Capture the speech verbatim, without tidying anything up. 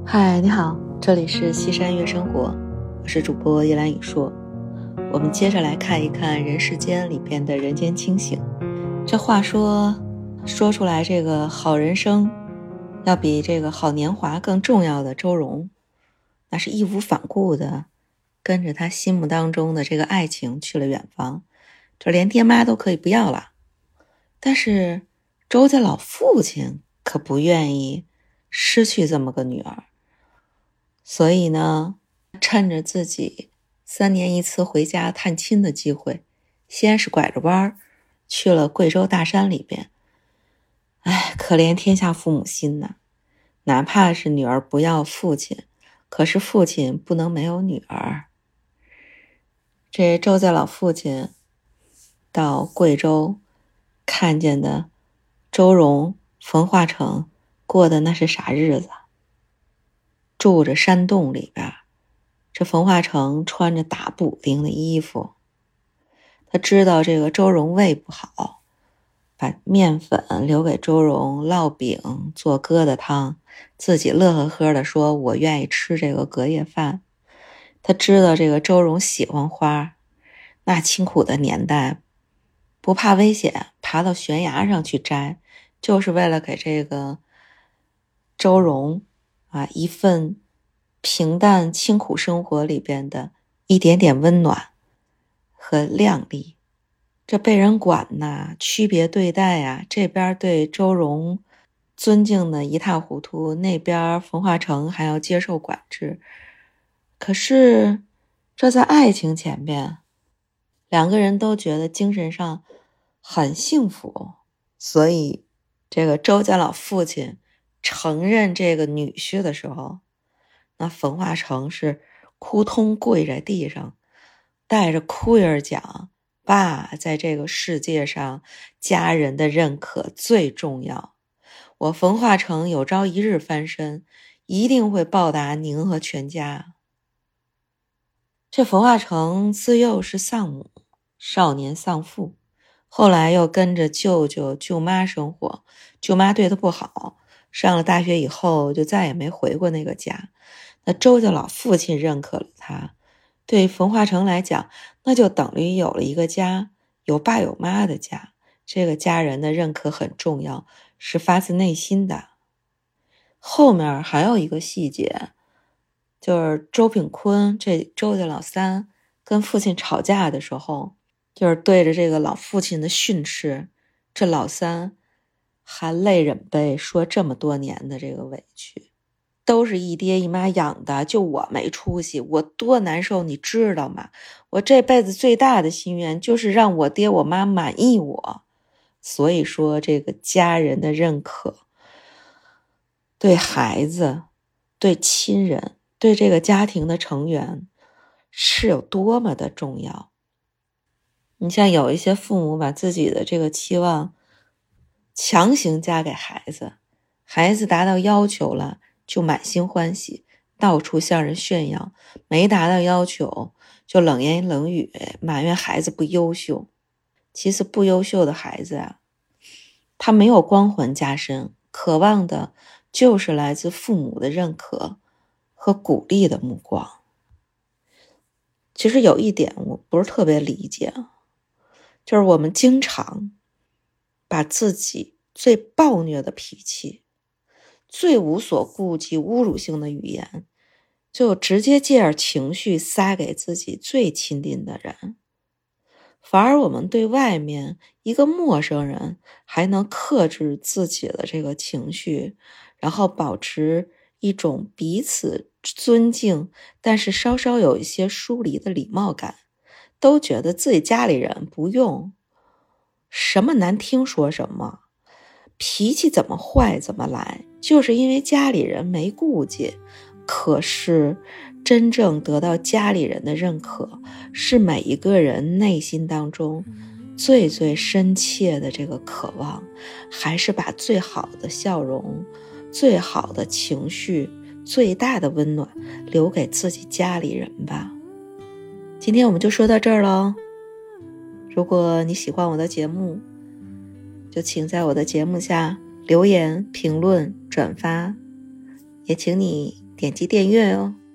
嗨，你好，这里是西山悦生活，我是主播叶兰雨说。我们接着来看一看人世间里边的人间清醒。这话说说出来，这个好人生要比这个好年华更重要的周蓉，那是义无反顾的跟着他心目当中的这个爱情去了远方，这连爹妈都可以不要了。但是周家老父亲可不愿意失去这么个女儿，所以呢，趁着自己三年一次回家探亲的机会，先是拐着弯去了贵州大山里边。哎，可怜天下父母心呐！哪怕是女儿不要父亲，可是父亲不能没有女儿。这周家老父亲到贵州看见的周蓉、冯化成过的那是啥日子？住着山洞里边，这冯化成穿着打补丁的衣服。他知道这个周蓉胃不好，把面粉留给周蓉烙饼做疙瘩汤，自己乐呵呵的说我愿意吃这个隔夜饭。他知道这个周蓉喜欢花，那清苦的年代不怕危险爬到悬崖上去摘，就是为了给这个周蓉啊一份平淡清苦生活里边的一点点温暖和亮丽。这被人管呐，区别对待啊，这边对周蓉尊敬的一塌糊涂，那边冯化成还要接受管制。可是这在爱情前边，两个人都觉得精神上很幸福，所以这个周家老父亲承认这个女婿的时候，那冯化成是扑通跪在地上，带着哭音讲，爸，在这个世界上家人的认可最重要，我冯化成有朝一日翻身，一定会报答您和全家。这冯化成自幼是丧母，少年丧父，后来又跟着舅舅舅妈生活，舅妈对他不好，上了大学以后就再也没回过那个家。那周家老父亲认可了他，对冯化成来讲，那就等于有了一个家，有爸有妈的家，这个家人的认可很重要，是发自内心的。后面还有一个细节，就是周秉坤这周家老三跟父亲吵架的时候，就是对着这个老父亲的训斥，这老三含泪忍悲，说这么多年的这个委屈都是一爹一妈养的，就我没出息，我多难受你知道吗？我这辈子最大的心愿就是让我爹我妈满意我。所以说这个家人的认可对孩子，对亲人，对这个家庭的成员是有多么的重要。你像有一些父母把自己的这个期望强行加给孩子，孩子达到要求了就满心欢喜，到处向人炫耀，没达到要求就冷言冷语埋怨孩子不优秀。其实不优秀的孩子啊，他没有光环加身，渴望的就是来自父母的认可和鼓励的目光。其实有一点我不是特别理解，就是我们经常把自己最暴虐的脾气，最无所顾忌侮辱性的语言，就直接借着情绪撒给自己最亲近的人，反而我们对外面一个陌生人还能克制自己的这个情绪，然后保持一种彼此尊敬但是稍稍有一些疏离的礼貌感，都觉得自己家里人不用什么难听说什么，脾气怎么坏怎么来，就是因为家里人没顾忌。可是真正得到家里人的认可，是每一个人内心当中最最深切的这个渴望，还是把最好的笑容，最好的情绪，最大的温暖留给自己家里人吧。今天我们就说到这儿咯。如果你喜欢我的节目，就请在我的节目下留言、评论、转发，也请你点击订阅哦。